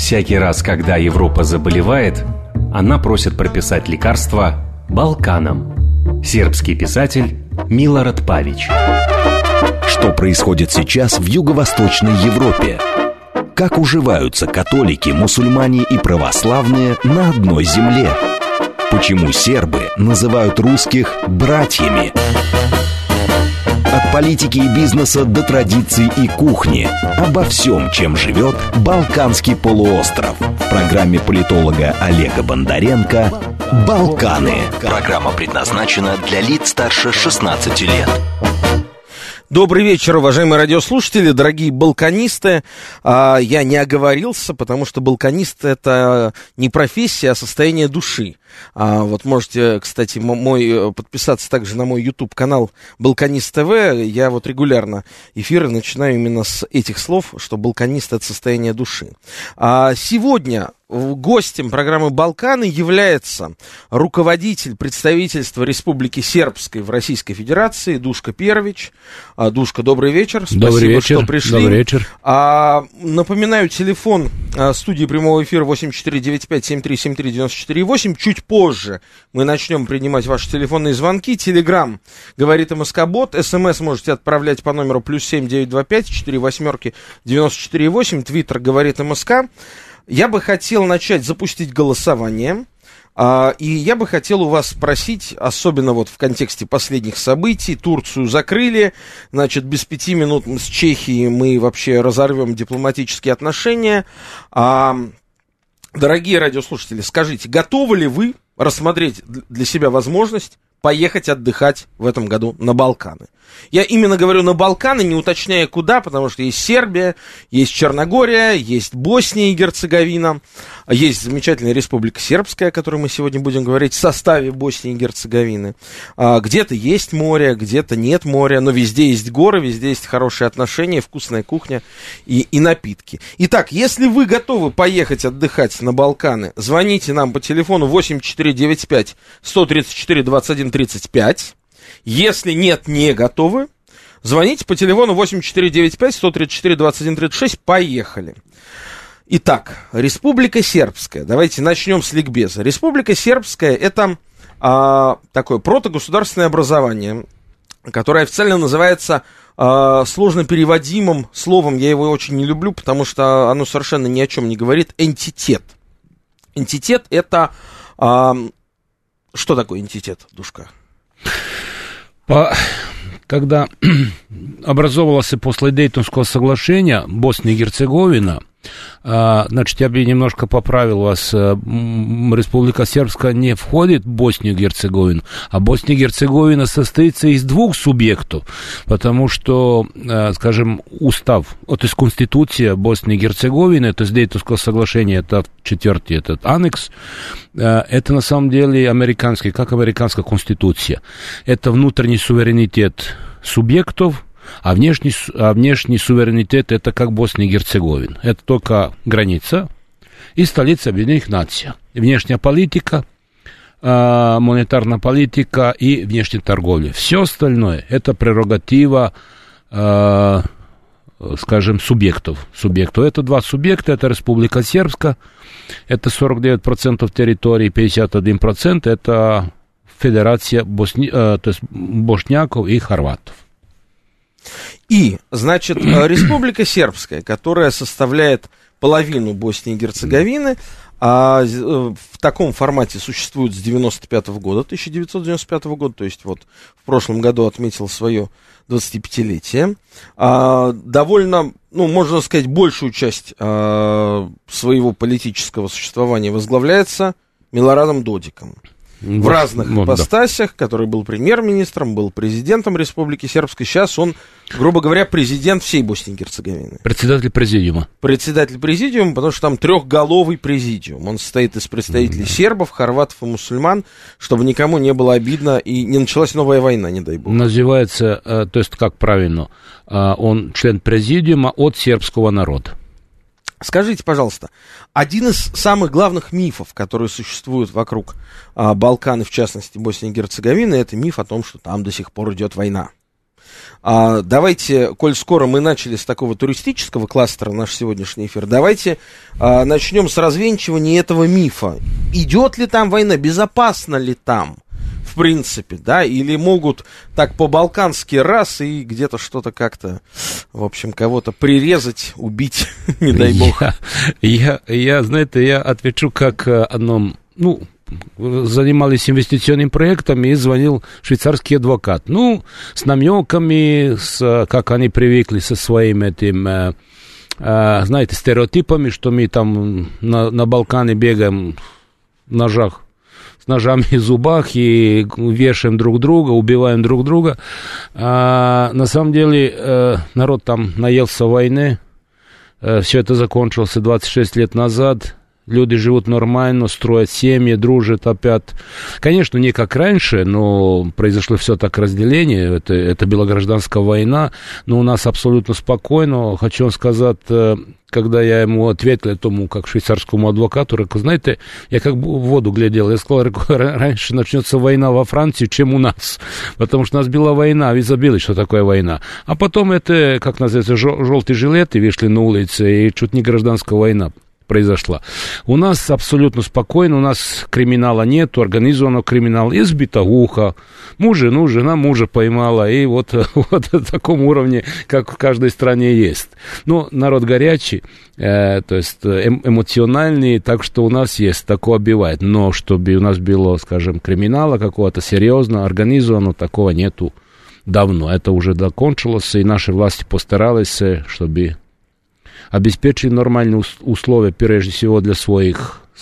Всякий раз, когда Европа заболевает, она просит прописать лекарства Балканам. Сербский писатель Милорад Павич. Что происходит сейчас в Юго-Восточной Европе? Как уживаются католики, мусульмане и православные на одной земле? Почему сербы называют русских братьями? От политики и бизнеса до традиций и кухни. Обо всем, чем живет Балканский полуостров. В программе политолога Олега Бондаренко «Балканы». Программа предназначена для лиц старше 16 лет. Добрый вечер, уважаемые радиослушатели, дорогие балканисты. Я не оговорился, потому что балканист — это не профессия, а состояние души. Вот можете, кстати, подписаться также на мой YouTube-канал Балканист ТВ. Я вот регулярно эфиры начинаю именно с этих слов, что балканист — это состояние души. Сегодня гостем программы «Балканы» является руководитель представительства Республики Сербской в Российской Федерации Душка Перович. Душка, добрый вечер. Спасибо, что пришли. Добрый вечер. Напоминаю, телефон студии прямого эфира 8495-7373-94-8. Чуть позже мы начнем принимать ваши телефонные звонки. Телеграм говорит МСК-бот. СМС можете отправлять по номеру +7 925 48 94 8. Твиттер говорит МСК. Я бы хотел начать запустить голосование, и я бы хотел у вас спросить, особенно вот в контексте последних событий, Турцию закрыли, значит, без 5 минут с Чехией мы вообще разорвем дипломатические отношения. Дорогие радиослушатели, скажите, готовы ли вы рассмотреть для себя возможность поехать отдыхать в этом году на Балканы? Я именно говорю на Балканы, не уточняя куда, потому что есть Сербия, есть Черногория, есть Босния и Герцеговина, есть замечательная Республика Сербская, о которой мы сегодня будем говорить, в составе Боснии и Герцеговины. Где-то есть море, где-то нет моря, но везде есть горы, везде есть хорошие отношения, вкусная кухня и напитки. Итак, если вы готовы поехать отдыхать на Балканы, звоните нам по телефону 8495 134 21 35. Если нет, не готовы, звоните по телефону 8495-134-21-36. Поехали. Итак, Республика Сербская. Давайте начнем с ликбеза. Республика Сербская — это такое протогосударственное образование, которое официально называется сложно переводимым словом. Я его очень не люблю, потому что оно совершенно ни о чем не говорит. Энтитет. Энтитет — это... Что такое энтитет, Душка? Когда образовывалось после Дейтонского соглашения Босния и Герцеговина, значит, я бы немножко поправил вас, Республика Сербская не входит в Боснию и Герцеговину, а Босния и Герцеговина состоит из двух субъектов, потому что, скажем, устав, то есть Конституция Боснии и Герцеговины, то есть Дейтонского соглашения, это 4-й этот аннекс, это на самом деле американский, как американская Конституция, это внутренний суверенитет субъектов, а внешний суверенитет — это как Босния и Герцеговина. Это только граница и столица Объединенных Наций. Внешняя политика, монетарная политика и внешняя торговля. Все остальное — это прерогатива, скажем, субъектов. Это два субъекта, это Республика Сербская, это 49% территории, 51% это Федерация то есть бошняков и хорватов. И, значит, Республика Сербская, которая составляет половину Боснии и Герцеговины, в таком формате существует с 1995 года, то есть вот в прошлом году отметил свое 25-летие. Довольно, можно сказать, большую часть своего политического существования возглавляется Милорадом Додиком. В разных ипостасях, который был премьер-министром, был президентом Республики Сербской. Сейчас он, грубо говоря, президент всей Боснии и Герцеговины. Председатель президиума. Председатель президиума, потому что там трехголовый президиум. Он состоит из представителей сербов, хорватов и мусульман, чтобы никому не было обидно и не началась новая война, не дай бог. Называется, то есть как правильно, он член президиума от сербского народа. Скажите, пожалуйста, один из самых главных мифов, которые существуют вокруг Балкан, и в частности Боснии и Герцеговины, это миф о том, что там до сих пор идет война. Давайте, коль скоро мы начали с такого туристического кластера наш сегодняшний эфир, давайте начнем с развенчивания этого мифа. Идет ли там война, безопасно ли там, в принципе, да, или могут так по-балкански раз и где-то что-то как-то, в общем, кого-то прирезать, убить, не дай бог. Знаете, я отвечу как одном, занимались инвестиционным проектом, и звонил швейцарский адвокат. С намеками, как они привыкли со своим этим, знаете, стереотипами, что мы там на Балкане бегаем с ножами в зубах и вешаем друг друга, убиваем друг друга. На самом деле народ там наелся войны. Все это закончилось 26 лет назад. Люди живут нормально, строят семьи, дружат опять. Конечно, не как раньше, но произошло все так разделение. Это была гражданская война, но у нас абсолютно спокойно. Хочу вам сказать, когда я ему ответил, тому, как швейцарскому адвокату, знаете, я как бы в воду глядел. Я сказал, раньше начнется война во Франции, чем у нас. Потому что у нас была война, вы забыли, что такое война. А потом это, как называется, желтые жилеты вышли на улице, и чуть не гражданская война произошла. У нас абсолютно спокойно, у нас криминала нету, организованного криминала, есть бытовуха, жена мужа поймала, и вот на таком уровне, как в каждой стране есть. Но народ горячий, то есть эмоциональный, так что у нас есть, такое бывает. Но чтобы у нас было, скажем, криминала какого-то серьезного, организованного, такого нету давно. Это уже закончилось, и наши власти постарались, чтобы обеспечили нормальные условия, прежде всего, для свой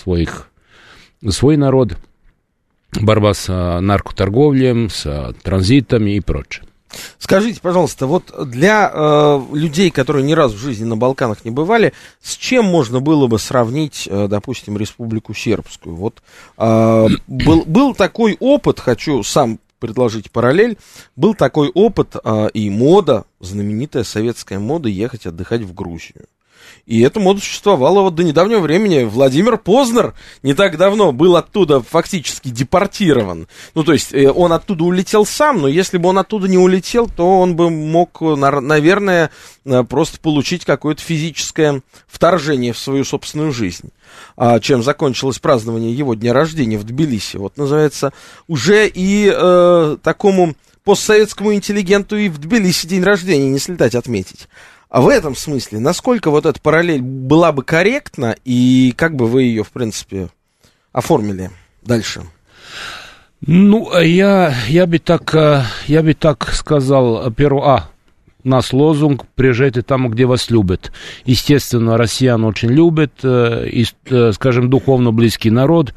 народ, борьба с наркоторговлей, с транзитами и прочее. Скажите, пожалуйста, вот для людей, которые ни разу в жизни на Балканах не бывали, с чем можно было бы сравнить, допустим, Республику Сербскую? Вот был такой опыт, хочу сам предложить параллель, был такой опыт и мода, знаменитая советская мода, ехать отдыхать в Грузию. И эта мода существовала вот до недавнего времени. Владимир Познер не так давно был оттуда фактически депортирован. То есть он оттуда улетел сам, но если бы он оттуда не улетел, то он бы мог, наверное, просто получить какое-то физическое вторжение в свою собственную жизнь. Чем закончилось празднование его дня рождения в Тбилиси. Вот называется, уже и такому постсоветскому интеллигенту и в Тбилиси день рождения не слетать отметить. А в этом смысле, насколько вот эта параллель была бы корректна, и как бы вы ее, в принципе, оформили дальше? Я бы так сказал, у нас лозунг «Приезжайте там, где вас любят». Естественно, россиян очень любят, и, скажем, духовно близкий народ,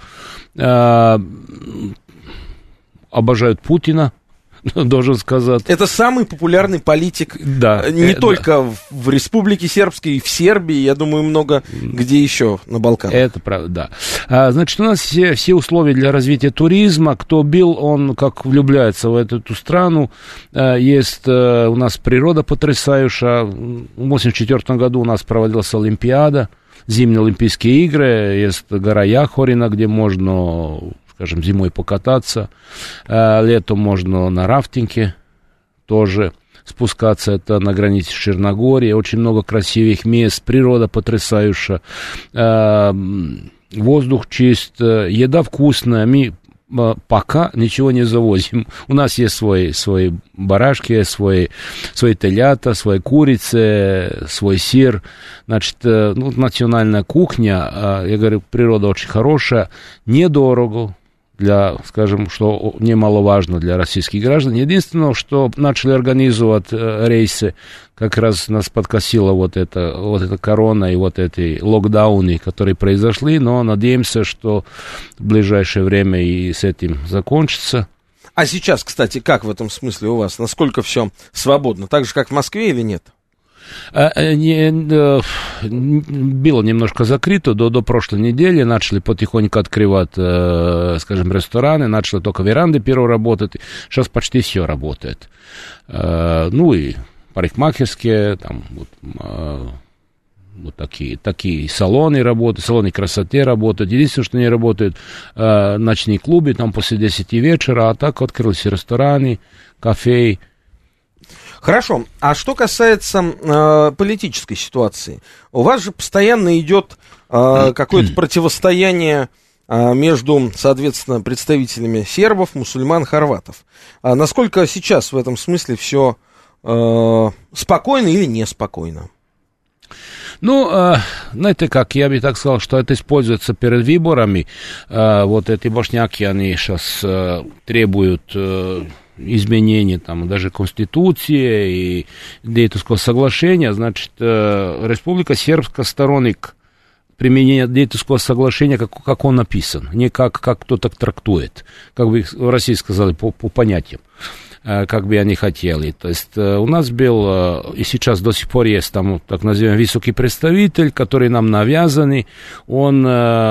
обожают Путина, должен сказать. Это самый популярный политик, да, не только в Республике Сербской, в Сербии, я думаю, много где еще на Балканах. Это правда, да. Значит, у нас все условия для развития туризма. Кто был, он как влюбляется в эту страну. Есть у нас природа потрясающая. В 1984 году у нас проводилась Олимпиада, зимние Олимпийские игры. Есть гора Яхорина, где можно, скажем, зимой покататься, летом можно на рафтинге тоже спускаться, это на границе с Черногорией, очень много красивых мест, природа потрясающая, воздух чист, еда вкусная, мы пока ничего не завозим. У нас есть свои барашки, свои телята, свои курицы, свой сыр. Значит, национальная кухня, я говорю, природа очень хорошая, недорого, скажем, что немаловажно для российских граждан. Единственное, что начали организовать рейсы, как раз нас подкосила вот эта корона и вот эти локдауны, которые произошли, но надеемся, что в ближайшее время и с этим закончится. А сейчас, кстати, как в этом смысле у вас? Насколько все свободно? Так же, как в Москве или нет? Было немножко закрыто до прошлой недели, начали потихоньку открывать, скажем, рестораны, начали только веранды первые работать, сейчас почти все работает. И парикмахерские, там, вот такие салоны работают, салоны красоты работают. Единственное, что не работают, ночные клубы, там после 10 вечера, а так открылись рестораны, кафе. Хорошо. А что касается политической ситуации, у вас же постоянно идет какое-то противостояние между, соответственно, представителями сербов, мусульман, хорватов. Насколько сейчас в этом смысле все спокойно или неспокойно? Ну, знаете как, я бы так сказал, что это используется перед выборами. Вот эти бошняки, они сейчас требуют изменений там, даже Конституции и Дейтонского соглашения. Значит, Республика Сербская сторонник применения Дейтонского соглашения, как он написан, не как кто-то трактует, как бы в России сказали, по понятиям, как бы они хотели. То есть у нас был, и сейчас до сих пор есть там, так называемый, высокий представитель, который нам навязанный, он,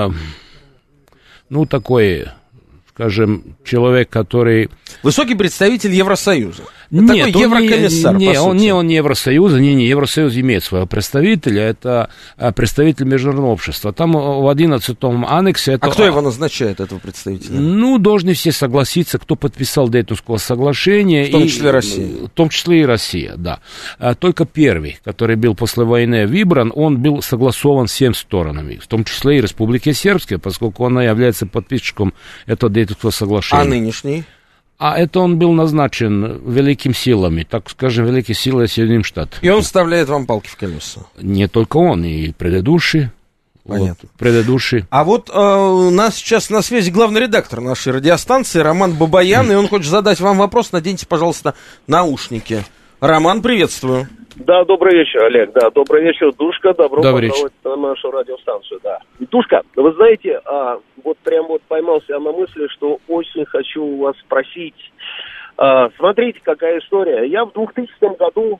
ну, такой, скажем, человек, который... Высокий представитель Евросоюза. Нет, такой еврокомиссар, он не Евросоюза, не Евросоюз имеет своего представителя, это представитель международного общества. Там в 11-м аннексе... Это, кто его назначает, этого представителя? Ну, должны все согласиться, кто подписал Дейтонское соглашение. В том числе Россия. В том числе и Россия, да. Только первый, который был после войны выбран, он был согласован всеми сторонами, в том числе и Республики Сербской, поскольку она является подписчиком этого Дейтонского соглашения. А нынешний? А это он был назначен великими силами, так скажем, великие силы Соединенных Штатов. И он вставляет вам палки в колеса? Не только он, и предыдущий. Понятно. Вот, предыдущий. А вот у нас сейчас на связи главный редактор нашей радиостанции Роман Бабаян, и он хочет задать вам вопрос. Наденьте, пожалуйста, наушники. Роман, приветствую. Да, добрый вечер, Олег. Да, добрый вечер, Душка. Добро добрый пожаловать на нашу радиостанцию. Да. Душка, вы знаете, вот прям вот поймался я на мысли, что очень хочу у вас спросить. Смотрите, какая история. Я в 2000 году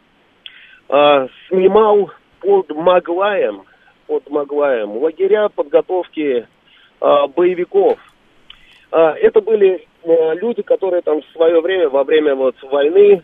снимал под Маглаем лагеря подготовки боевиков. Это были люди, которые там в свое время, во время вот войны,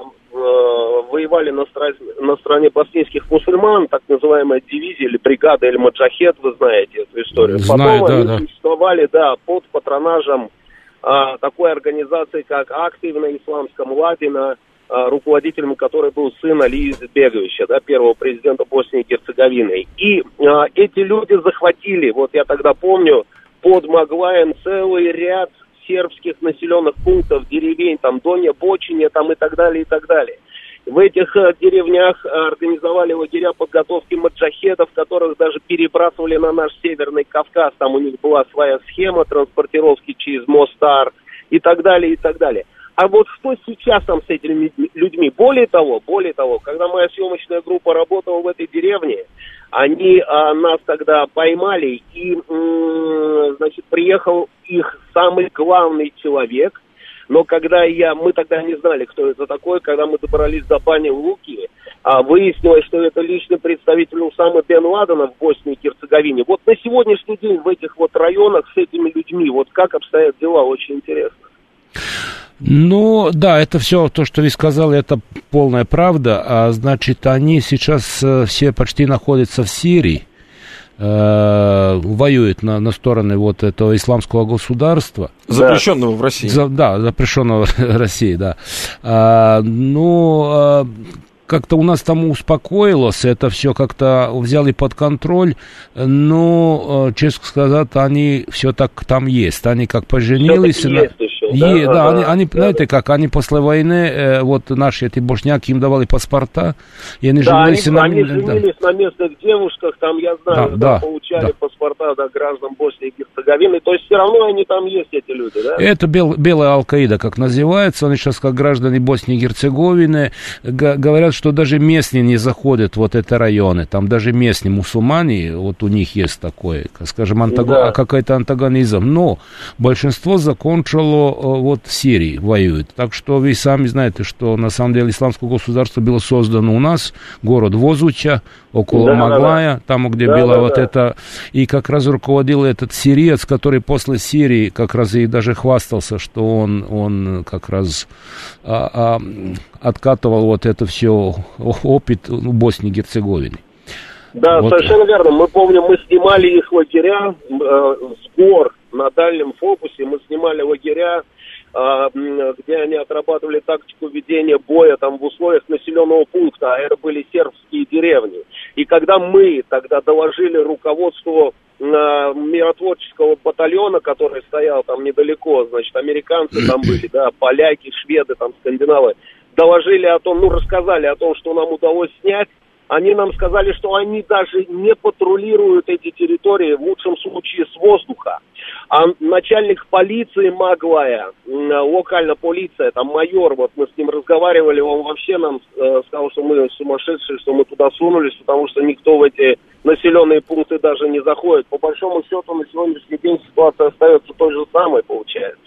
воевали на стороне боснийских мусульман, так называемая дивизия или бригада, или маджахет, вы знаете эту историю. Знаю, потом они существовали, под патронажем такой организации, как «Активная исламская младина», руководителем которой был сын Алии Избеговича, первого президента Боснии и Герцеговины. И эти люди захватили, вот я тогда помню, под Маглаем целый ряд сербских населенных пунктов, деревень, там, Донья, Бочине, там, и так далее, и так далее. В этих деревнях организовали лагеря подготовки маджахедов, которых даже перебрасывали на наш Северный Кавказ. Там у них была своя схема транспортировки через Мостар и так далее, и так далее. А вот что сейчас там с этими людьми? Более того, когда моя съемочная группа работала в этой деревне, они нас тогда поймали, и, значит, приехал их самый главный человек, но когда мы тогда не знали, кто это такой, когда мы добрались до бани Луки, выяснилось, что это личный представитель Усамы бен Ладена в Боснии и Герцеговине. Вот на сегодняшний день в этих вот районах с этими людьми, вот как обстоят дела, очень интересно. Ну, да, это все то, что вы сказали, это полная правда. Значит, они сейчас все почти находятся в Сирии, воюют на стороны вот этого исламского государства. Запрещенного в России. Запрещенного в России, да. Как-то у нас там успокоилось, это все как-то взяли под контроль, но, честно сказать, они все так там есть, они как поженились. Они, знаете, как они после войны, вот наши эти бошняки им давали паспорта, и они женились на местных девушках, там, я знаю, получали паспорта граждан Боснии и Герцеговины, то есть все равно они там есть, эти люди, да? Это белая Аль-Каида, как называется, они сейчас как граждане Боснии и Герцеговины, говорят, что даже местные не заходят в вот эти районы, там даже местные мусульмане, вот у них есть такой, скажем, какой-то антагонизм, но большинство закончило вот в Сирии, воюет. Так что вы сами знаете, что на самом деле исламское государство было создано у нас, город Возуча, около Маглая, там, где было вот это, и как раз руководил этот сириец, который после Сирии как раз и даже хвастался, что он как раз откатывал вот это все опыт в Боснии и Герцеговине. Да, вот. Совершенно верно. Мы помним, мы снимали их лагеря с гор на дальнем фокусе, мы снимали лагеря где они отрабатывали тактику ведения боя там в условиях населенного пункта, а это были сербские деревни. И когда мы тогда доложили руководству миротворческого батальона, который стоял там недалеко, значит, американцы там были, да, поляки, шведы, там, скандинавы, доложили о том, рассказали о том, что нам удалось снять, они нам сказали, что они даже не патрулируют эти территории, в лучшем случае с воздуха. А начальник полиции Маглая, локальная полиция, там майор, вот мы с ним разговаривали, он вообще нам сказал, что мы сумасшедшие, что мы туда сунулись, потому что никто в эти населенные пункты даже не заходит. По большому счету на сегодняшний день ситуация остается той же самой, получается.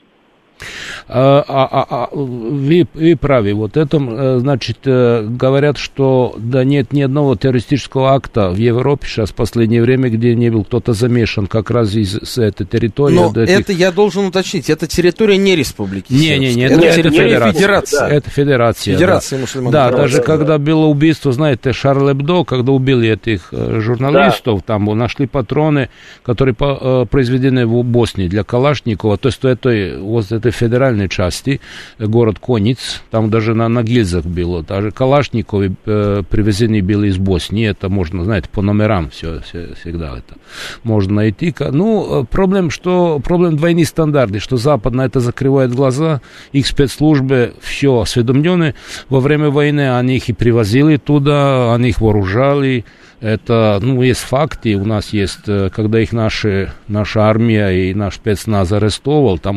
Вы правы. Вот это, значит, говорят, что да нет ни одного террористического акта в Европе сейчас в последнее время, где не был кто-то замешан как раз с этой территории. Но это я должен уточнить, это территория не республики. Не, это федерация. Это федерация. Федерация мусульман. Да, даже когда было убийство, знаете, Шарль Эбдо, когда убили этих журналистов, там нашли патроны, которые произведены в Боснии для Калашникова, то есть этой федеральной части, город Кониц, там даже на гильзах было, даже Калашниковы привезены были из Боснии, это можно, знаете, по номерам все всегда это можно найти. Ну, проблем двойных стандартов, что Запад на это закрывает глаза, их спецслужбы все осведомлены, во время войны они их и привозили туда, они их вооружали. Это, есть факты, у нас есть, когда их наша армия и наш спецназ арестовал, там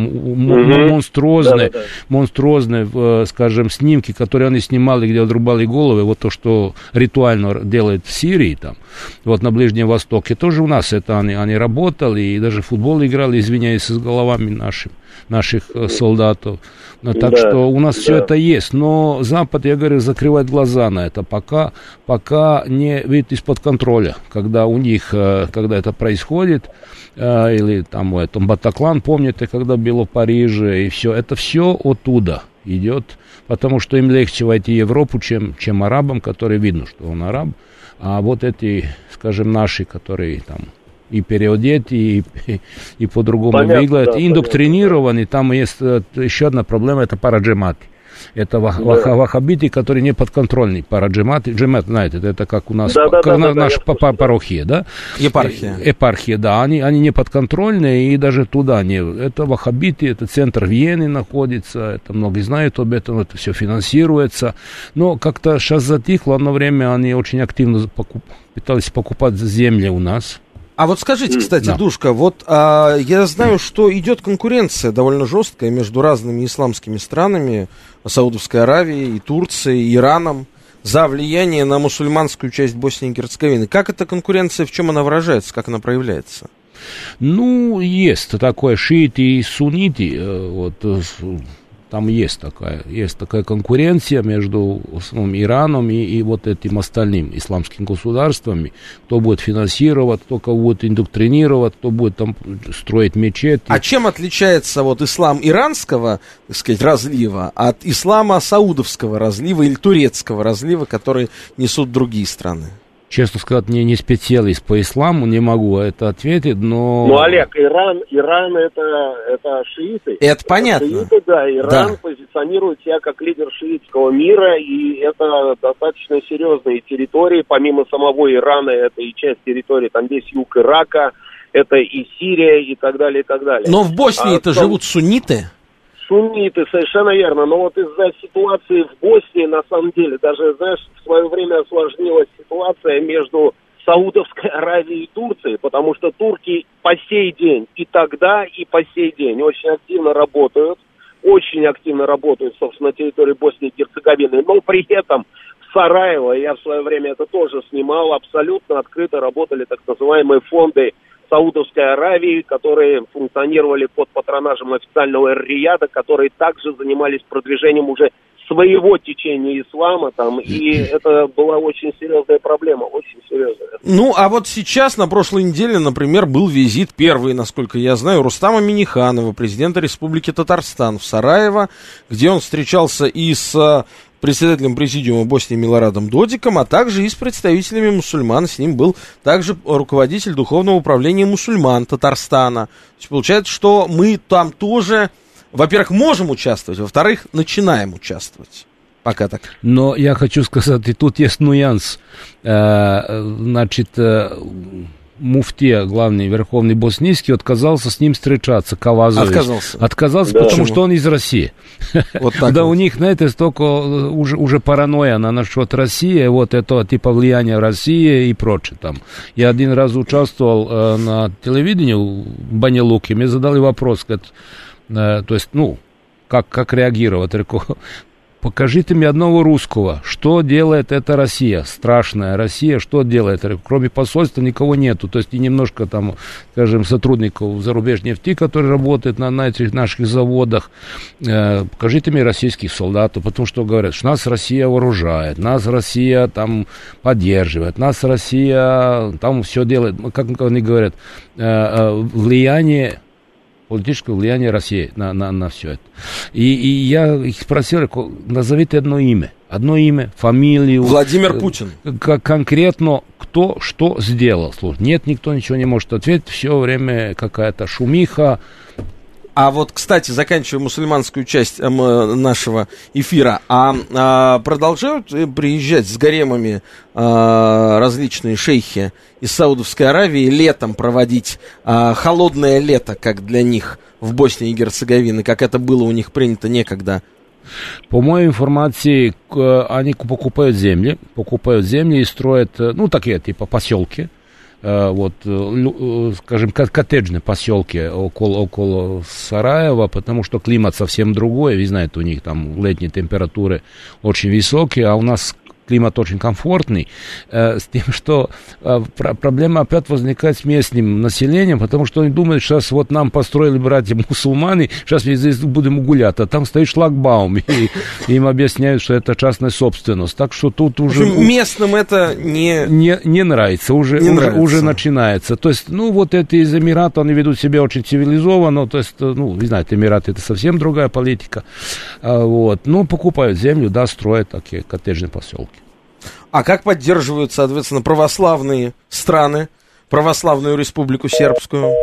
монструозные, скажем, снимки, которые они снимали, где отрубали головы, вот то, что ритуально делают в Сирии, там, вот на Ближнем Востоке, тоже у нас это они работали, и даже в футбол играли, извиняюсь, с головами наших солдатов. Так что у нас все это есть, но Запад, я говорю, закрывает глаза на это, пока не выйдет из-под контроля, когда у них, когда это происходит, или там Батаклан, помните, когда было в Париже, и все, это все оттуда идет, потому что им легче войти в Европу, чем арабам, которые видно, что он араб, а вот эти, скажем, наши, которые там и переодеты, и по-другому выглядят, и индоктринированы. Там есть еще одна проблема, это параджематы. Это ваххабиты, которые не подконтрольны. Параджематы, джемат, знаете, это как у нас, наша парохия, да? Епархия, да. Они не подконтрольные, и даже туда не. Это ваххабиты, это центр Вены находится, это многие знают об этом, это все финансируется. Но как-то сейчас затихло, одно время они очень активно пытались покупать земли у нас. А вот скажите, кстати, Душка, вот я знаю, что идет конкуренция довольно жесткая между разными исламскими странами, Саудовской Аравией, и Турцией, и Ираном, за влияние на мусульманскую часть Боснии и Герцеговины. Как эта конкуренция, в чем она выражается, как она проявляется? Есть такое, шииты и сунниты, вот, там есть такая конкуренция между Ираном и вот этим остальным исламским государствами, кто будет финансировать, кто кого будет индоктринировать, кто будет там строить мечети. А чем отличается вот ислам иранского, так сказать, разлива от ислама саудовского разлива или турецкого разлива, который несут другие страны? Честно сказать, не специалист по исламу, не могу это ответить, но... Олег, Иран это шииты. Это понятно. Шииты, да, Иран позиционирует себя как лидер шиитского мира, и это достаточно серьезные территории, помимо самого Ирана, это и часть территории, там весь юг Ирака, это и Сирия, и так далее, и так далее. Но в Боснии-то живут сунниты? Сунниты, совершенно верно. Но вот из-за ситуации в Боснии, на самом деле, даже, знаешь, в свое время осложнилась ситуация между Саудовской Аравией и Турцией, потому что турки по сей день, и тогда, и по сей день очень активно работают, собственно, на территории Боснии и Герцеговины, но при этом в Сараево, я в свое время это тоже снимал, абсолютно открыто работали так называемые фонды Саудовской Аравии, которые функционировали под патронажем официального Эр-Рияда, которые также занимались продвижением уже своего течения ислама там, и это была очень серьезная проблема, очень серьезная. А вот сейчас, на прошлой неделе, например, был визит первый, насколько я знаю, Рустама Минниханова, президента Республики Татарстан в Сараево, где он встречался и с председателем президиума Боснии Милорадом Додиком, а также и с представителями мусульман. С ним был также руководитель духовного управления мусульман Татарстана. То есть получается, что мы там тоже во-первых, можем участвовать, во-вторых, начинаем участвовать. Пока так. Но я хочу сказать, и тут есть нюанс. Значит, муфтия, главный верховный боснийский, отказался с ним встречаться, Кавазович. Отказался, да. Потому что он из России. Вот так да, вот. У них, знаете, столько уже паранойя насчет России, вот это типа влияние России и прочее там. Я один раз участвовал на телевидении в Баня-Луке, мне задали вопрос, то есть, как реагировать, покажите мне одного русского, что делает эта Россия, страшная Россия, что делает, кроме посольства никого нету, то есть и немножко там, скажем, сотрудников зарубежной нефти, которые работают на этих наших заводах, покажите мне российских солдатов, потому что говорят, что нас Россия вооружает, нас Россия там поддерживает, нас Россия там все делает, как они говорят, политическое влияние России на все это. И я их спросил, назовите одно имя, фамилию. Владимир Путин. Конкретно кто что сделал. Нет, никто ничего не может ответить, все время какая-то шумиха. А вот, кстати, заканчивая мусульманскую часть нашего эфира, продолжают приезжать с гаремами различные шейхи из Саудовской Аравии летом проводить холодное лето, как для них в Боснии и Герцеговине, как это было у них принято некогда? По моей информации, они покупают земли и строят, такие типа поселки. Вот, скажем, коттеджные поселки около Сараева, потому что климат совсем другой, вы знаете, у них там летние температуры очень высокие, а у нас климат очень комфортный, с тем, что проблема опять возникает с местным населением, потому что они думают, сейчас вот нам построили братья-мусульмане, сейчас мы здесь будем гулять, а там стоит шлагбаум, и им объясняют, что это частная собственность. Так что тут уже... Местным это не нравится, уже начинается. То есть, вот эти из Эмирата, они ведут себя очень цивилизованно, то есть, вы знаете, Эмираты это совсем другая политика. Вот. Покупают землю, да, строят такие коттеджные поселки. А как поддерживают, соответственно, православные страны, православную республику сербскую?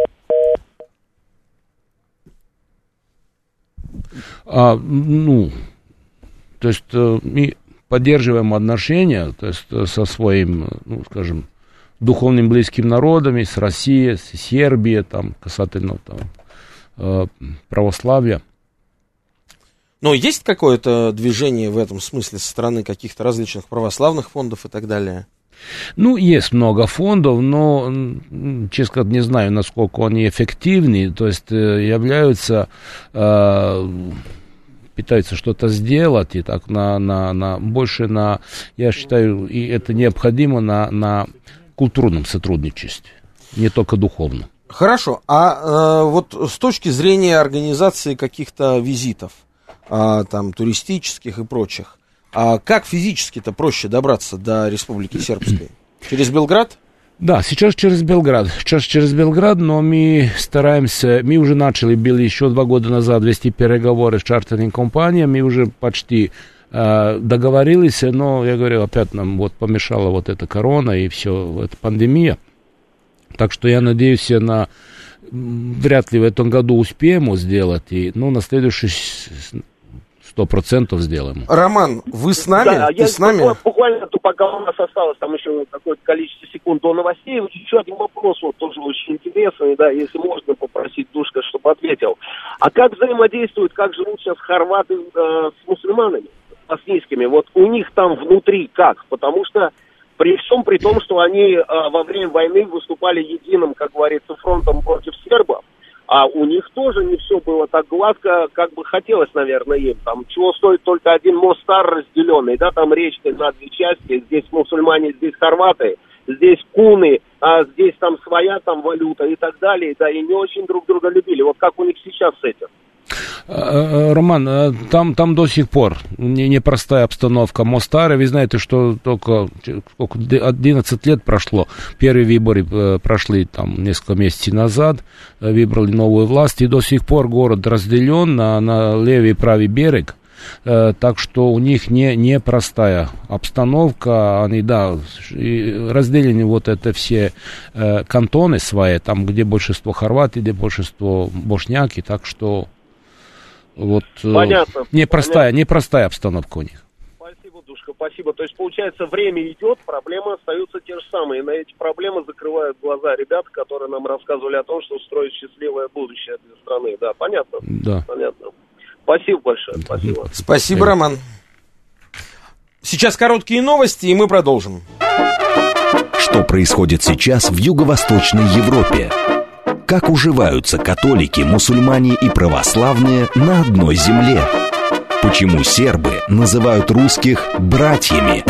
То есть мы поддерживаем отношения, то есть со своим, скажем, духовным близким народами, с Россией, с Сербией, там, касательно православия. Но есть какое-то движение в этом смысле со стороны каких-то различных православных фондов и так далее? Есть много фондов, но, честно сказать, не знаю, насколько они эффективны, то есть являются, пытаются что-то сделать, и так больше я считаю, и это необходимо на культурном сотрудничестве, не только духовном. Хорошо, вот с точки зрения организации каких-то визитов, там, туристических и прочих. А как физически-то проще добраться до Республики Сербской? Через Белград? Да, сейчас через Белград, но мы стараемся, мы уже были еще 2 года назад вести переговоры с чартерными компаниями, мы уже почти договорились, но, я говорю, опять нам помешала эта корона и все, эта пандемия. Так что я надеюсь, вряд ли в этом году успеем сделать, на следующий 100% сделаем. Роман, вы с нами? Да, ты с нами? Буквально, пока у нас осталось там еще какое-то количество секунд до новостей, еще один вопрос, тоже очень интересный, да, если можно попросить Душка, чтобы ответил. А как взаимодействуют, как живут сейчас хорваты с мусульманами, боснийскими? Вот у них там внутри как? Потому что при всем при том, что они во время войны выступали единым, как говорится, фронтом против сербов, а у них тоже не все было так гладко, как бы хотелось, наверное, им. Там чего стоит только один Мостар разделенный, да, там речка на 2 части, здесь мусульмане, здесь хорваты, здесь куны, а здесь там своя там валюта и так далее, да, и не очень друг друга любили. Вот как у них сейчас с этим? Роман, там до сих пор непростая обстановка. Мостара, вы знаете, что только 11 лет прошло. Первые выборы прошли там несколько месяцев назад, выбрали новую власть, и до сих пор город разделен на левый и правый берег. Так что у них непростая обстановка, они, разделены это все кантоны свои, там, где большинство хорваты, где большинство бошняки, так что Вот Понятно. непростая обстановка у них. Спасибо, Душка, спасибо. То есть, получается, время идет, проблемы остаются те же самые. И на эти проблемы закрывают глаза ребят, которые нам рассказывали о том, что строят счастливое будущее для страны. Да, понятно? Да. Понятно. Спасибо большое, спасибо. Спасибо, Роман. Сейчас короткие новости, и мы продолжим. Что происходит сейчас в Юго-Восточной Европе? Как уживаются католики, мусульмане и православные на одной земле? Почему сербы называют русских братьями?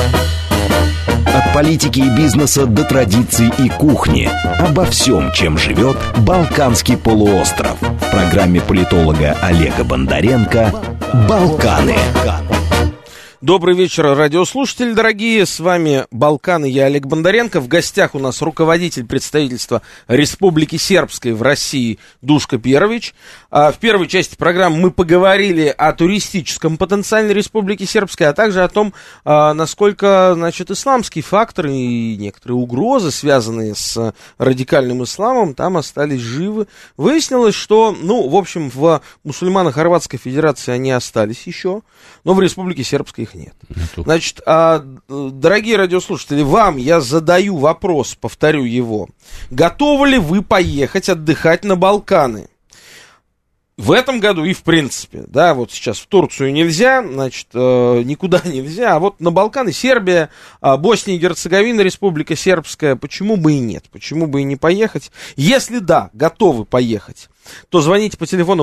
От политики и бизнеса до традиций и кухни. Обо всем, чем живет Балканский полуостров. В программе политолога Олега Бондаренко «Балканы». Добрый вечер, радиослушатели дорогие, с вами Балканы, я Олег Бондаренко. В гостях у нас руководитель представительства Республики Сербской в России Душка Перович. В первой части программы мы поговорили о туристическом потенциале Республики Сербской, а также о том, насколько, значит, исламский фактор и некоторые угрозы, связанные с радикальным исламом, там остались живы. Выяснилось, что, в общем, в мусульмано-хорватской федерации они остались еще, но в Республике Сербской их нет. Значит, дорогие радиослушатели, вам я задаю вопрос, повторю его. Готовы ли вы поехать отдыхать на Балканы? В этом году и в принципе, да, вот сейчас в Турцию нельзя, значит, никуда нельзя, а вот на Балканы Сербия, Босния и Герцеговина, Республика Сербская, почему бы и нет, почему бы и не поехать? Если да, готовы поехать, то звоните по телефону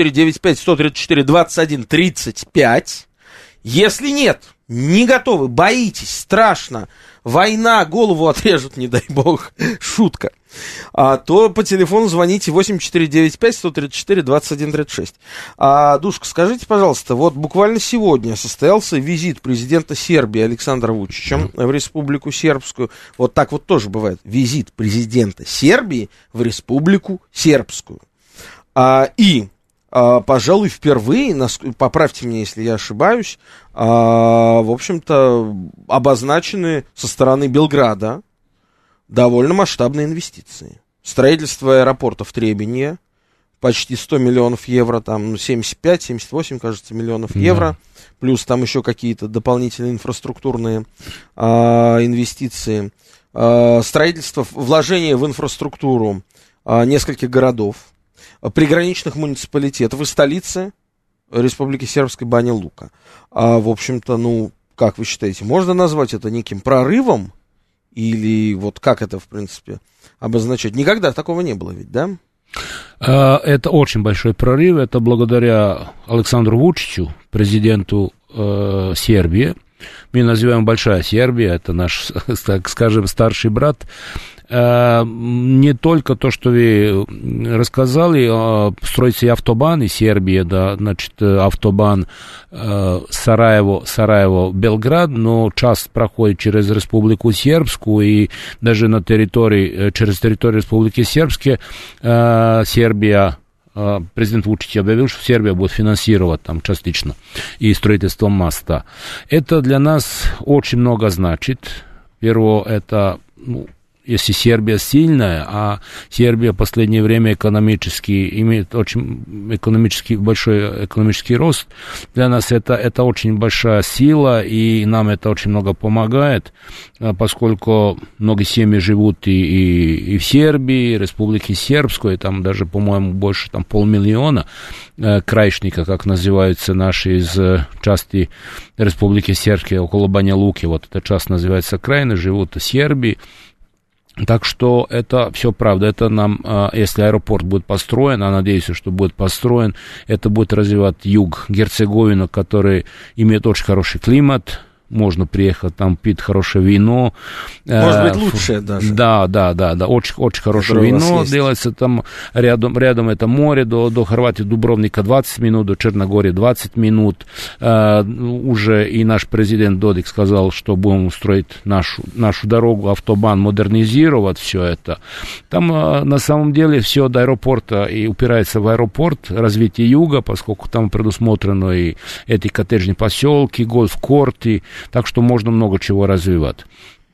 8495-134-21-35. Если нет, не готовы, боитесь, страшно, война, голову отрежут, не дай бог, шутка, то по телефону звоните 8495-134-21-36. Душка, скажите, пожалуйста, вот буквально сегодня состоялся визит президента Сербии Александра Вучича в Республику Сербскую. Вот так вот тоже бывает, визит президента Сербии в Республику Сербскую. Пожалуй, впервые, поправьте меня, если я ошибаюсь, в общем-то, обозначены со стороны Белграда довольно масштабные инвестиции. Строительство аэропорта в Требенье, почти 100 миллионов евро, там 75-78, кажется, миллионов евро, плюс там еще какие-то дополнительные инфраструктурные инвестиции. Строительство, вложение в инфраструктуру нескольких городов, приграничных муниципалитетов и столицы Республики Сербской Баня-Лука. В общем-то, как вы считаете, можно назвать это неким прорывом? Или вот как это, в принципе, обозначать? Никогда такого не было ведь, да? Это очень большой прорыв. Это благодаря Александру Вучичу, президенту Сербии. Мы называем Большая Сербия, это наш, так скажем, старший брат. Не только то, что вы рассказали, строится и автобан, и Сербия, да, значит, автобан Сараево-Белград, но часть проходит через Республику Сербскую, и даже через территорию Республики Сербской Сербия, президент Вучич объявил, что Сербия будет финансировать там частично и строительство моста. Это для нас очень много значит. Первое, это, если Сербия сильная, а Сербия в последнее время экономически имеет очень большой экономический рост, для нас это очень большая сила, и нам это очень много помогает, поскольку многие семьи живут и в Сербии, и в Республике Сербской, там даже, по-моему, больше 500 000 краишника, как называются наши из части Республики Сербской, около Баня-Луки, вот эта часть называется Краины, живут в Сербии. Так что это все правда, это нам, если аэропорт будет построен, а надеюсь, что будет построен, это будет развивать юг Герцеговину, который имеет очень хороший климат, можно приехать там пить хорошее вино. Может быть, лучшее даже. Да, очень хорошее вино делается там, рядом это море, до Хорватии, Дубровника 20 минут, до Черногории 20 минут. Уже и наш президент Додик сказал, что будем строить нашу дорогу, автобан, модернизировать все это. Там на самом деле все до аэропорта и упирается в аэропорт, развитие юга, поскольку там предусмотрено и эти коттеджные поселки, гольф-корты, так что можно много чего развивать.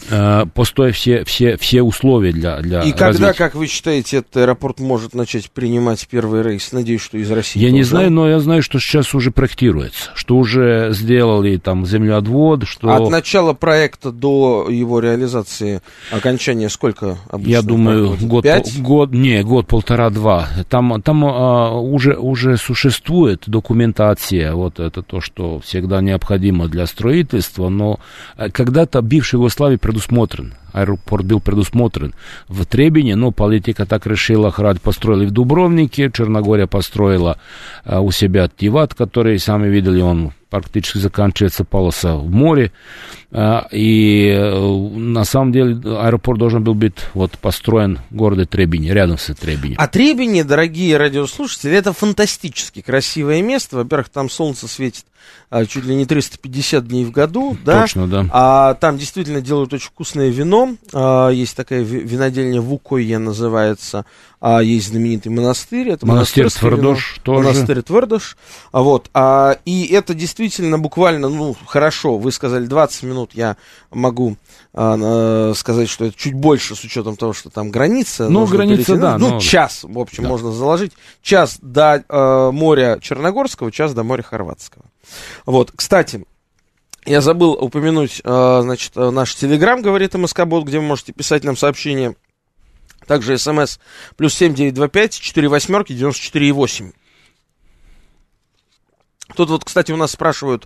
Пустой все условия для И когда, развития. как вы считаете, этот аэропорт может начать принимать первый рейс? Надеюсь, что из России. Я не знаю, но я знаю, что сейчас уже проектируется, что уже сделали там землеотвод, что... От начала проекта до его реализации, окончания сколько обычно? Я думаю, проходит? год, полтора-два. Там уже существует документация, вот это то, что всегда необходимо для строительства, но когда-то бывшей Югославии предусмотрен, аэропорт был предусмотрен в Требине, но политика так решила, Храд построили в Дубровнике, Черногория построила у себя Тиват, который, сами видели, он практически заканчивается полоса в море, и на самом деле аэропорт должен был быть построен в городе Требине, рядом с Требине. А Требине, дорогие радиослушатели, это фантастически красивое место. Во-первых, там солнце светит чуть ли не 350 дней в году, да? Точно, да. А там действительно делают очень вкусное вино. Есть такая винодельня Вукойя называется. Есть знаменитый монастырь. Это монастырь Твердош тоже. Монастырь Твердош. И это действительно буквально, хорошо, вы сказали 20 минут, я могу сказать, что это чуть больше с учетом того, что там граница. Граница, да. Час, в общем, можно заложить. Час до моря Черногорского, час до моря Хорватского. Кстати, я забыл упомянуть, наш Телеграм, говорит МСК-бот, где вы можете писать нам сообщения. Также СМС +7 925 48 94,8. Тут кстати, у нас спрашивают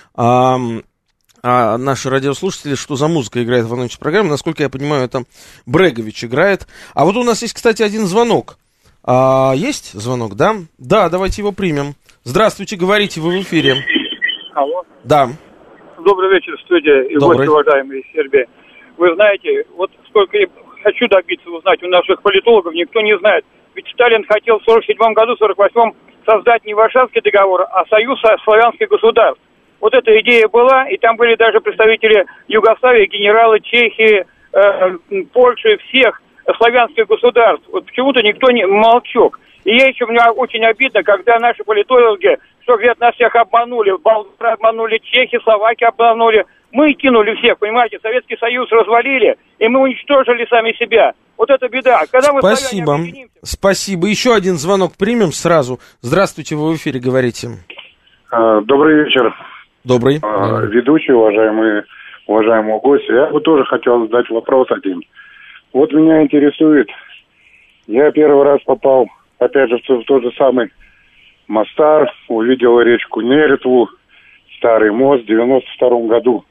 наши радиослушатели, что за музыка играет в анонсе программы. Насколько я понимаю, это Брегович играет. А вот у нас есть, кстати, один звонок. Есть звонок, да? Да, давайте его примем. Здравствуйте, говорите, вы в эфире. Алло. Да. Добрый вечер, студия и гости, уважаемые из Сербии. Вы знаете, сколько я хочу добиться узнать у наших политологов, никто не знает. Ведь Сталин хотел в 47 году, в 48-м создать не Варшавский договор, а союз славянских государств. Эта идея была, и там были даже представители Югославии, генералы Чехии, Польши, всех славянских государств. Почему-то никто не молчок. И мне очень обидно, когда наши политологи, что говорят, нас всех обманули, болгары обманули, чехи, словаки обманули. Мы кинули всех, понимаете, Советский Союз развалили, и мы уничтожили сами себя. Это беда. Когда мы Спасибо. Еще один звонок примем сразу. Здравствуйте, вы в эфире, говорите. Добрый вечер. Добрый. Ведущий, уважаемые гости. Я бы тоже хотел задать вопрос один. Меня интересует, я первый раз попал, опять же, в тот же самый Мостар, увидел речку Неретву, старый мост в 92 году.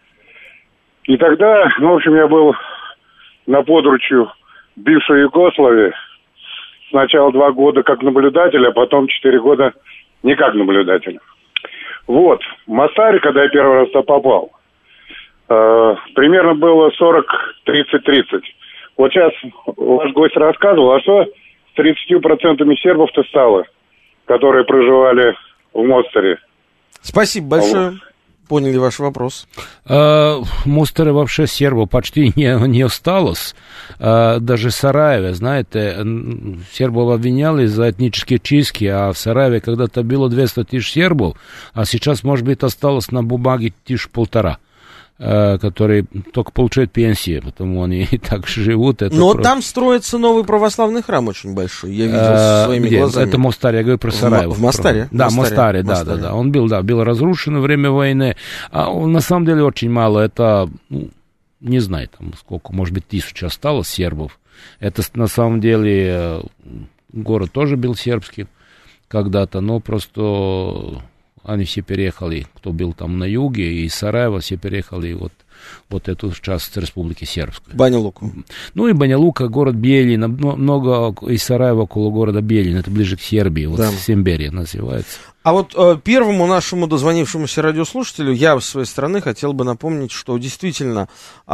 И тогда, я был на подручью бывшей Югославии. Сначала 2 года как наблюдатель, а потом 4 года не как наблюдатель. В Мостаре, когда я первый раз туда попал, примерно было 40-30-30. Сейчас ваш гость рассказывал, что с 30% сербов-то стало, которые проживали в Мостаре. Спасибо большое. Поняли ваш вопрос. Мостаре вообще сербов почти не осталось. Даже в Сараеве, знаете, сербов обвиняли за этнические чистки, а в Сараеве когда-то было 200 тысяч сербов, а сейчас, может быть, осталось на бумаге 1,5 тысячи, которые только получают пенсии, потому они и так живут. Но там строится новый православный храм очень большой, я видел своими глазами. Это Мостаре, я говорю про Сараево. В Мостаре? Да, Мостаре, да. Он был разрушен во время войны, а он на самом деле очень мало, это, не знаю, там сколько, может быть, 1000 осталось сербов. Это на самом деле город тоже был сербский когда-то, но просто... Они все переехали, кто был там на юге, и из Сараева все переехали эту часть Республики Сербской. Баня-Лука. И Баня-Лука, город Биелин, много из Сараева около города Биелин, это ближе к Сербии, да. Семберия называется. А первому нашему дозвонившемуся радиослушателю я с своей стороны хотел бы напомнить, что действительно,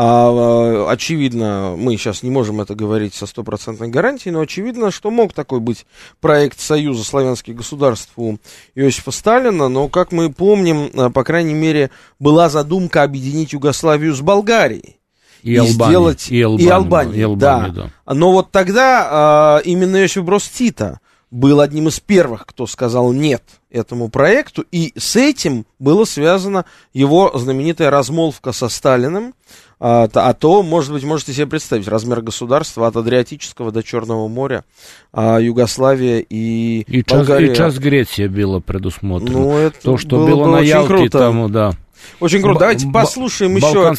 очевидно, мы сейчас не можем это говорить со 100% гарантией, но очевидно, что мог такой быть проект Союза славянских государств у Иосифа Сталина, но, как мы помним, по крайней мере, была задумка объединить Югославию с Болгарией. И Албанию, да. Но тогда именно Иосиф Брос Тито был одним из первых, кто сказал «нет» этому проекту, и с этим была связана его знаменитая размолвка со Сталиным, а то, может быть, можете себе представить размер государства от Адриатического до Черного моря, Югославия и Болгария. И час Греция была предусмотрена. Ну, это то, что было на Ялте, тому, да. Очень круто. Давайте послушаем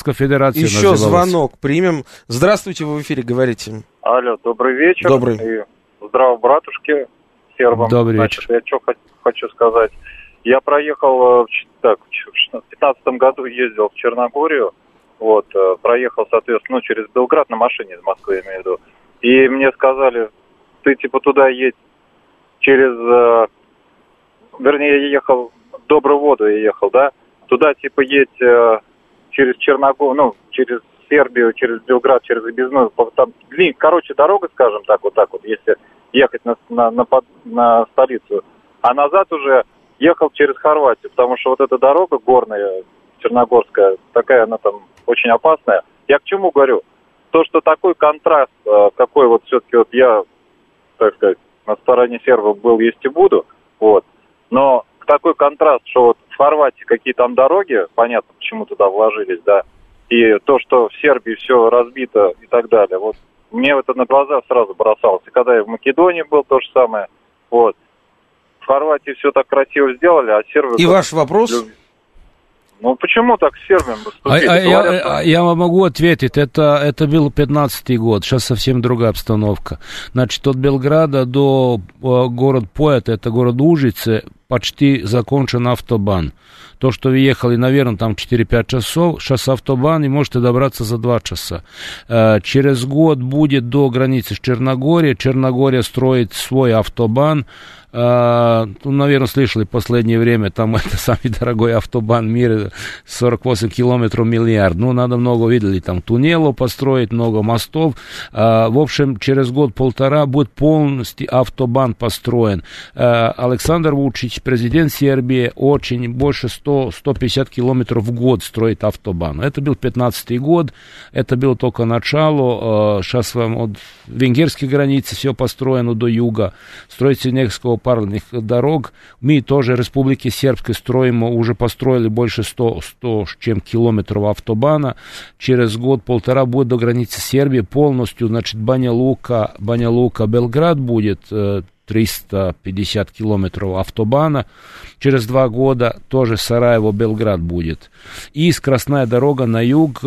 еще звонок. Примем. Здравствуйте, вы в эфире, говорите. Алло, добрый вечер. Добрый. И здраво, братушки, сербам. Добрый вечер. Я что хочу сказать. Я проехал, в 2015 году ездил в Черногорию, вот, проехал, соответственно, через Белград на машине из Москвы, я имею в виду. И мне сказали, ты типа туда едь через, вернее, я ехал, в Добрую Воду я ехал, да, туда типа едь через Черногорию, ну, через Сербию, через Белград, через Обязную, там, короче, дорога, скажем так, вот, если ехать на столицу, а назад уже ехал через Хорватию, потому что вот эта дорога горная, черногорская, такая она там очень опасная. Я к чему говорю? То, что такой контраст, какой вот все-таки вот я, так сказать, на стороне сербов был, есть и буду, вот, но такой контраст, что вот в Хорватии какие там дороги, понятно, почему туда вложились, да, и то, что в Сербии все разбито и так далее, вот, мне это на глаза сразу бросалось. И когда я в Македонии был, то же самое, вот. В Хорватии все так красиво сделали, а сербы... И ваш вопрос? Ну, почему так с сербами поступили? Я вам могу ответить. Это был 15-й год, сейчас совсем другая обстановка. Значит, от Белграда до город Поет, это город Ужице, почти закончен автобан. То, что вы ехали, наверное, там 4-5 часов, сейчас автобан, и можете добраться за 2 часа. Через год будет до границы с Черногорией. Черногория строит свой автобан. Наверное, слышали в последнее время, там это самый дорогой автобан в мире, 48 километров миллиард. Ну, надо много, видели, там туннелов построить, много мостов. В общем, через год-полтора будет полностью автобан построен. Александр Вучич, президент Сербии, очень больше 100-150 километров в год строит автобан. Это был 15-й год, это было только начало. Сейчас вам от венгерской границы все построено до юга. Строится несколько парных дорог. Мы тоже в Республике Сербской строим, уже построили больше 100 чем километров автобана. Через год-полтора будет до границы Сербии полностью, значит, Баня Лука, Белград будет 350 километров автобана. Через 2 года тоже Сараево-Белград будет. И скоростная дорога на юг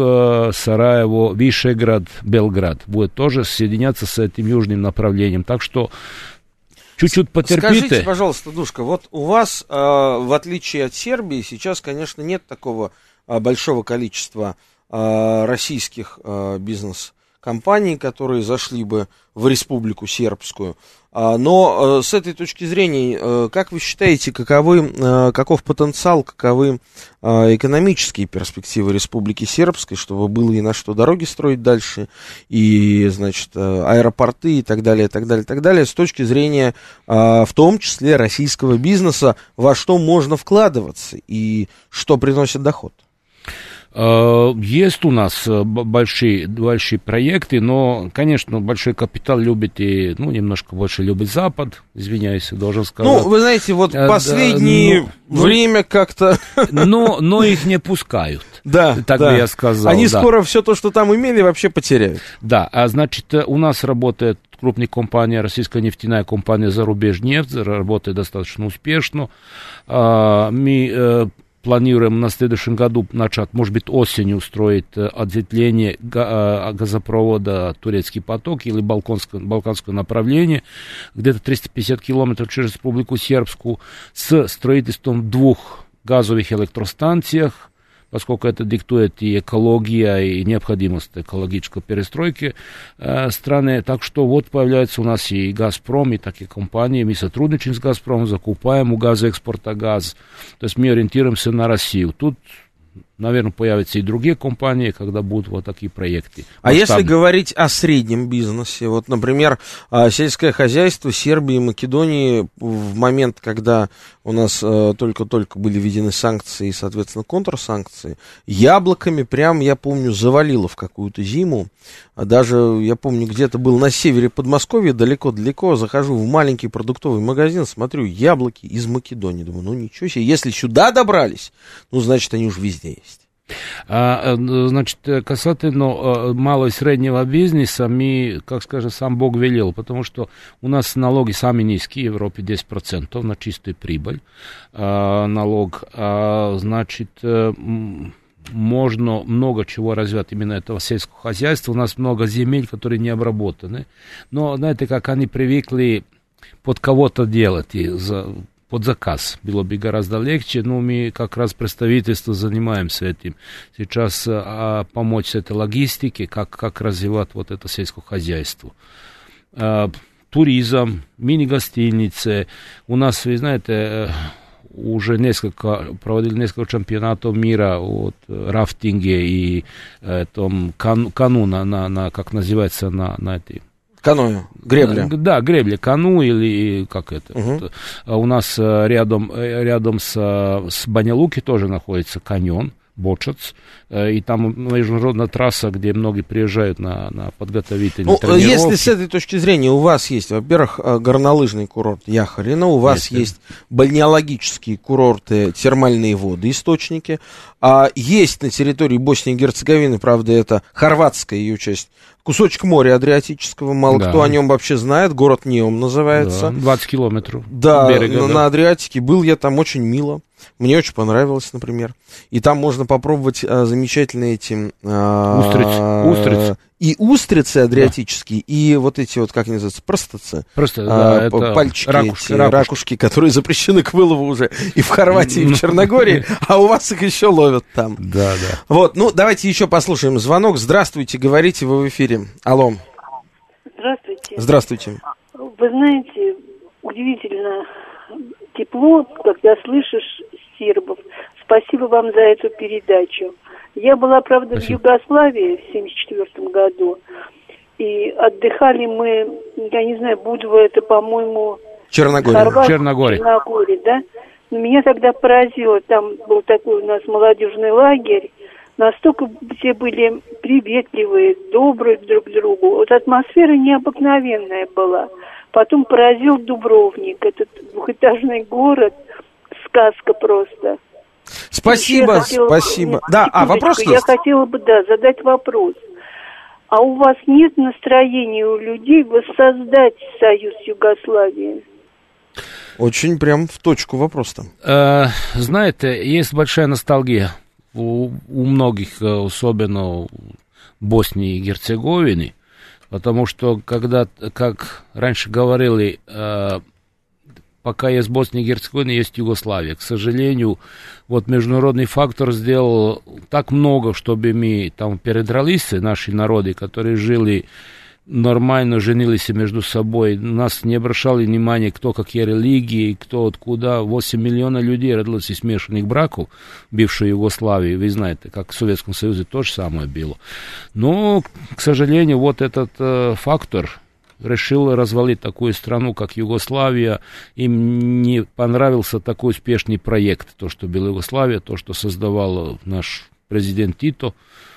Сараево-Вишеград-Белград будет тоже соединяться с этим южным направлением. Так что чуть-чуть потерпите. Скажите, пожалуйста, Душка, вот у вас, в отличие от Сербии, сейчас, конечно, нет такого большого количества российских бизнес-компаний, которые зашли бы в Республику Сербскую. Но с этой точки зрения, как вы считаете, каков потенциал, каковы экономические перспективы Республики Сербской, чтобы было и на что дороги строить дальше, и, значит, аэропорты и так далее, с точки зрения, в том числе, российского бизнеса, во что можно вкладываться и что приносит доход? Есть у нас большие проекты, но, конечно, большой капитал любит и, немножко больше любит Запад, извиняюсь, должен сказать. Ну, вы знаете, вот последнее время как-то... Но их не пускают, да, так бы я сказал. Они скоро все то, что там имели, вообще потеряют. Да, значит, у нас работает крупная компания, российская нефтяная компания «Зарубежнефть», работает достаточно успешно. Мы планируем на следующем году начать, может быть, осенью строить ответвление газопровода «Турецкий поток» или балканское направление, где-то 350 километров через Республику Сербскую, с строительством 2 газовых электростанциях, поскольку это диктует и экология, и необходимость экологической перестройки страны. Так что вот появляется у нас и «Газпром», и такие компании. Мы сотрудничаем с «Газпромом», закупаем у газоэкспорта газ. То есть мы ориентируемся на Россию. Тут, наверное, появятся и другие компании, когда будут вот такие проекты. А если говорить о среднем бизнесе, вот, например, сельское хозяйство Сербии и Македонии в момент, когда у нас только-только были введены санкции и, соответственно, контрсанкции, яблоками прям, я помню, завалило в какую-то зиму. Даже, я помню, где-то был на севере Подмосковья, далеко-далеко, захожу в маленький продуктовый магазин, смотрю, яблоки из Македонии. Думаю, ничего себе, если сюда добрались, значит, они уж везде есть. Значит, касательно малого и среднего бизнеса, как скажем, сам Бог велел, потому что у нас налоги самые низкие, в Европе 10% на чистую прибыль налог, значит, можно много чего развивать именно этого сельского хозяйства, у нас много земель, которые не обработаны, но, знаете, как они привыкли под кого-то делать, под заказ. Было бы гораздо легче, но мы как раз представительство занимаемся этим. Сейчас помочь с этой логистике, как развивать вот это сельское хозяйство. Туризм, мини-гостиницы. У нас, вы знаете, уже проводили несколько чемпионатов мира от рафтинге и кану как называется, на этой... Каноэ, гребля. Да, гребля, кану или как это. Угу. У нас рядом с Баня-Луки тоже находится каньон, Бочац, и там международная трасса, где многие приезжают на подготовительные тренировки. Если с этой точки зрения у вас есть, во-первых, горнолыжный курорт Яхарина, у вас есть бальнеологические курорты, термальные воды, источники, есть на территории Боснии и Герцеговины, правда, это хорватская ее часть, кусочек моря Адриатического, мало кто о нем вообще знает, город Неом называется. 20 километров берега. На Адриатике был я там, очень мило. Мне очень понравилось, например. И там можно попробовать замечательные эти... Устрицы. И устрицы адриатические, и вот эти вот, как они называются, простоцы. Это пальчики, ракушки, которые запрещены к вылову уже и в Хорватии, и в Черногории, а у вас их еще ловят там. Да. Вот, давайте еще послушаем звонок. Здравствуйте, говорите, вы в эфире. Алло. Здравствуйте. Вы знаете, удивительно тепло, когда слышишь сербов. Спасибо вам за эту передачу. Я была, правда, в Югославии в 1974 году, и отдыхали мы, я не знаю, Будва, это, по-моему... Черногория, да? Но меня тогда поразило, там был такой у нас молодежный лагерь, настолько все были приветливые, добрые друг к другу. Вот атмосфера необыкновенная была. Потом поразил Дубровник, этот двухэтажный город, сказка просто. Спасибо. Да, вопрос есть? Я хотела бы, задать вопрос. А у вас нет настроения у людей воссоздать союз Югославии? Очень прям в точку вопрос-то. Знаете, есть большая ностальгия у многих, особенно в Боснии и Герцеговине, потому что, как раньше говорили, пока есть Босния и Герцеговина, есть Югославия. К сожалению, вот международный фактор сделал так много, чтобы мы там передрались, наши народы, которые жили нормально, женились между собой, нас не обращали внимания, кто какие религии, кто откуда. 8 миллионов людей родилось из смешанных браков в бывшей Югославии. Вы знаете, как в Советском Союзе то же самое было. Но, к сожалению, вот этот фактор решил развалить такую страну, как Югославия. Им не понравился такой успешный проект, то, что была Югославия, то, что создавал наш президент Тито.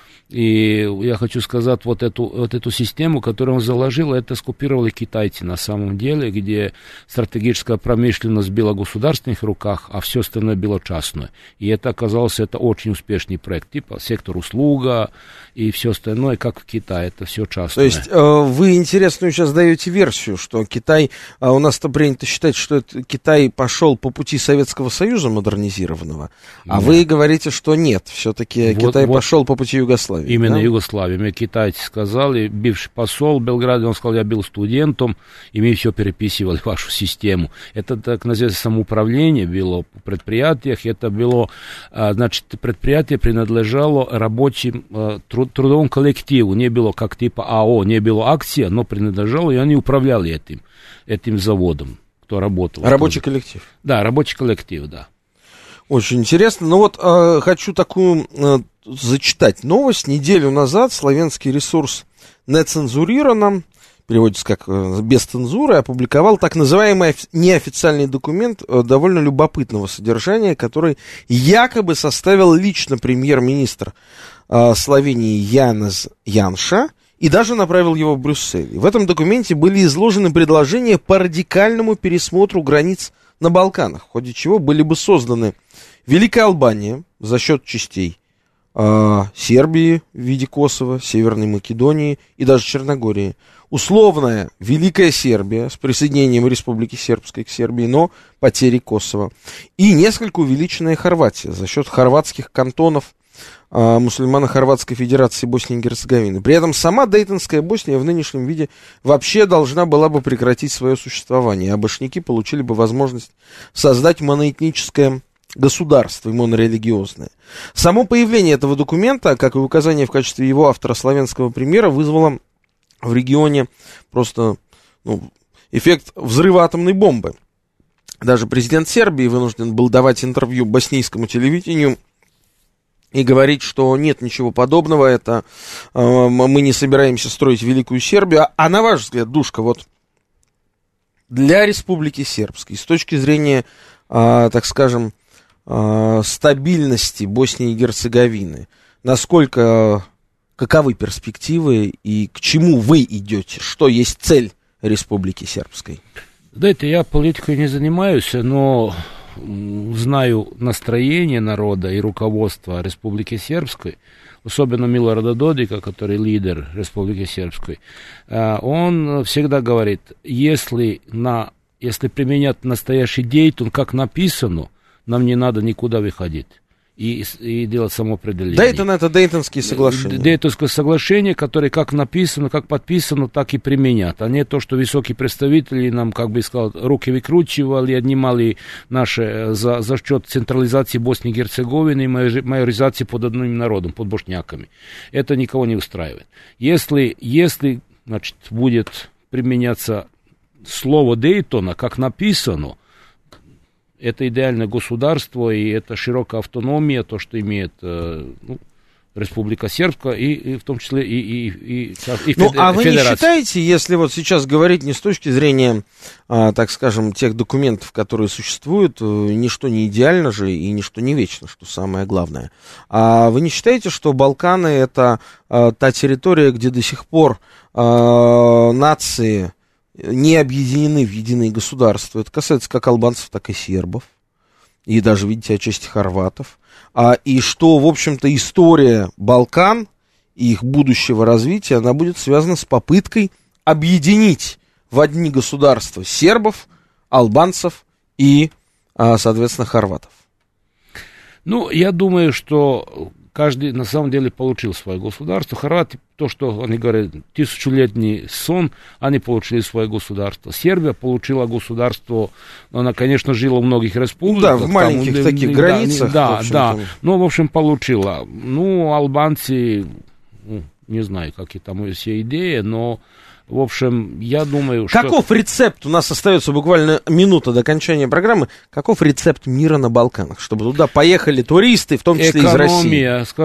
И я хочу сказать, вот эту систему, которую он заложил, это скопировали китайцы на самом деле, где стратегическая промышленность была в государственных руках, а все остальное было частное. И это оказалось очень успешный проект, типа сектор услуга и все остальное, как в Китае, это все частное. То есть вы интересную сейчас даете версию, что Китай, у нас-то принято считать, что Китай пошел по пути Советского Союза модернизированного, а вы говорите, что нет, все-таки Китай пошел по пути Югославии. Именно Югославия. Мне китайцы сказали, бывший посол в Белграде, он сказал, я был студентом, и мы все переписывали вашу систему. Это, так называется, самоуправление было в предприятиях, это было, значит, предприятие принадлежало рабочим трудовому коллективу, не было как типа АО, не было акция, но принадлежало, и они управляли этим заводом, кто работал. Рабочий коллектив. Да, рабочий коллектив, да. Очень интересно. Ну вот хочу такую зачитать новость. Неделю назад славянский ресурс «Нецензурировано», переводится как «без цензуры», опубликовал так называемый неофициальный документ довольно любопытного содержания, который якобы составил лично премьер-министр Словении Янез Янша и даже направил его в Брюссель. В этом документе были изложены предложения по радикальному пересмотру границ на Балканах, в ходе чего были бы созданы Великая Албания за счет частей Сербии в виде Косово, Северной Македонии и даже Черногории. Условная Великая Сербия с присоединением Республики Сербской к Сербии, но потерей Косово. И несколько увеличенная Хорватия за счет хорватских кантонов мусульмано-хорватской федерации Боснии и Герцеговины. При этом сама Дейтонская Босния в нынешнем виде вообще должна была бы прекратить свое существование, а башняки получили бы возможность создать моноэтническое государство и монорелигиозное. Само появление этого документа, как и указание в качестве его автора славянского примера, вызвало в регионе просто эффект взрыва атомной бомбы. Даже президент Сербии вынужден был давать интервью боснийскому телевидению и говорить, что нет ничего подобного, это мы не собираемся строить Великую Сербию. А на ваш взгляд, Душка, вот для Республики Сербской, с точки зрения, так скажем, стабильности Боснии и Герцеговины, каковы перспективы и к чему вы идете? Что есть цель Республики Сербской? Знаете, я политикой не занимаюсь, но знаю настроение народа и руководства Республики Сербской, особенно Милорада Додика, который лидер Республики Сербской. Он всегда говорит, если применять настоящий Дейтон, как написано, нам не надо никуда выходить и делать самоопределение. Дейтон — это Дейтонские соглашения. Дейтонское соглашение, которое как написано, как подписано, так и применят. А не то, что высокие представители нам, как бы сказал, руки выкручивали, отнимали наши за счет централизации Боснии и Герцеговины и майоризации под одним народом, под бошняками. Это никого не устраивает. Если значит, будет применяться слово Дейтона, как написано, это идеальное государство, и это широкая автономия, то, что имеет Республика Сербская, и в том числе и а вы не считаете, если вот сейчас говорить не с точки зрения, так скажем, тех документов, которые существуют, ничто не идеально же и ничто не вечно, что самое главное, а вы не считаете, что Балканы — это та территория, где до сих пор нации не объединены в единое государство? Это касается как албанцев, так и сербов, и даже, видите, отчасти хорватов. И что, в общем-то, история Балкан и их будущего развития, она будет связана с попыткой объединить в одни государства сербов, албанцев и, соответственно, хорватов. Я думаю, что каждый на самом деле получил свое государство. Хорваты, то, что они говорят, тысячелетний сон, они получили свое государство. Сербия получила государство, она, конечно, жила в многих республиках. Да, в маленьких таких границах. Да, в общем, получила. Албанцы, не знаю, какие там все идеи, но, в общем, я думаю, что... Каков рецепт? У нас остается буквально минута до окончания программы. Каков рецепт мира на Балканах? Чтобы туда поехали туристы, в том числе из России.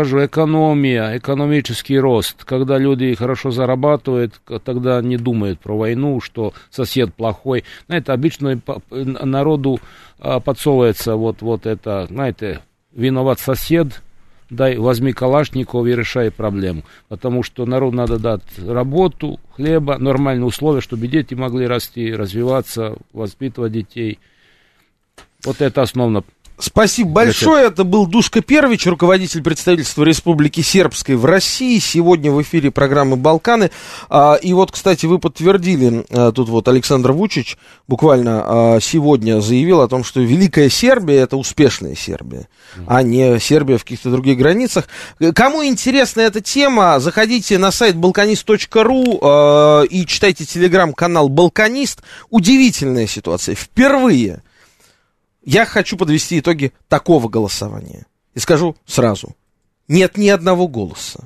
Экономический рост. Когда люди хорошо зарабатывают, тогда не думают про войну, что сосед плохой. Знаете, обычно народу подсовывается вот это, знаете, виноват сосед, возьми Калашников и решай проблему. Потому что народу надо дать работу, хлеба, нормальные условия, чтобы дети могли расти, развиваться, воспитывать детей. Вот это основно. Спасибо большое. Это был Душка Первич, руководитель представительства Республики Сербской в России. Сегодня в эфире программы «Балканы». И вот, кстати, вы подтвердили, тут вот Александр Вучич буквально сегодня заявил о том, что Великая Сербия — это успешная Сербия, а не Сербия в каких-то других границах. Кому интересна эта тема, заходите на сайт balkanist.ru и читайте телеграм-канал «Балканист». Удивительная ситуация. Впервые я хочу подвести итоги такого голосования. И скажу сразу, нет ни одного голоса,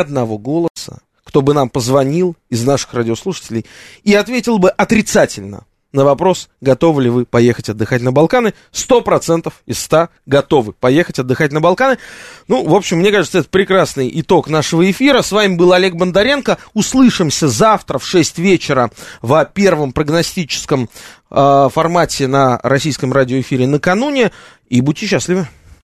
кто бы нам позвонил из наших радиослушателей и ответил бы отрицательно на вопрос, готовы ли вы поехать отдыхать на Балканы. 100% из 100 готовы поехать отдыхать на Балканы. В общем, мне кажется, это прекрасный итог нашего эфира. С вами был Олег Бондаренко. Услышимся завтра в 6 вечера в первом прогностическом формате на российском радиоэфире «Накануне». И будьте счастливы.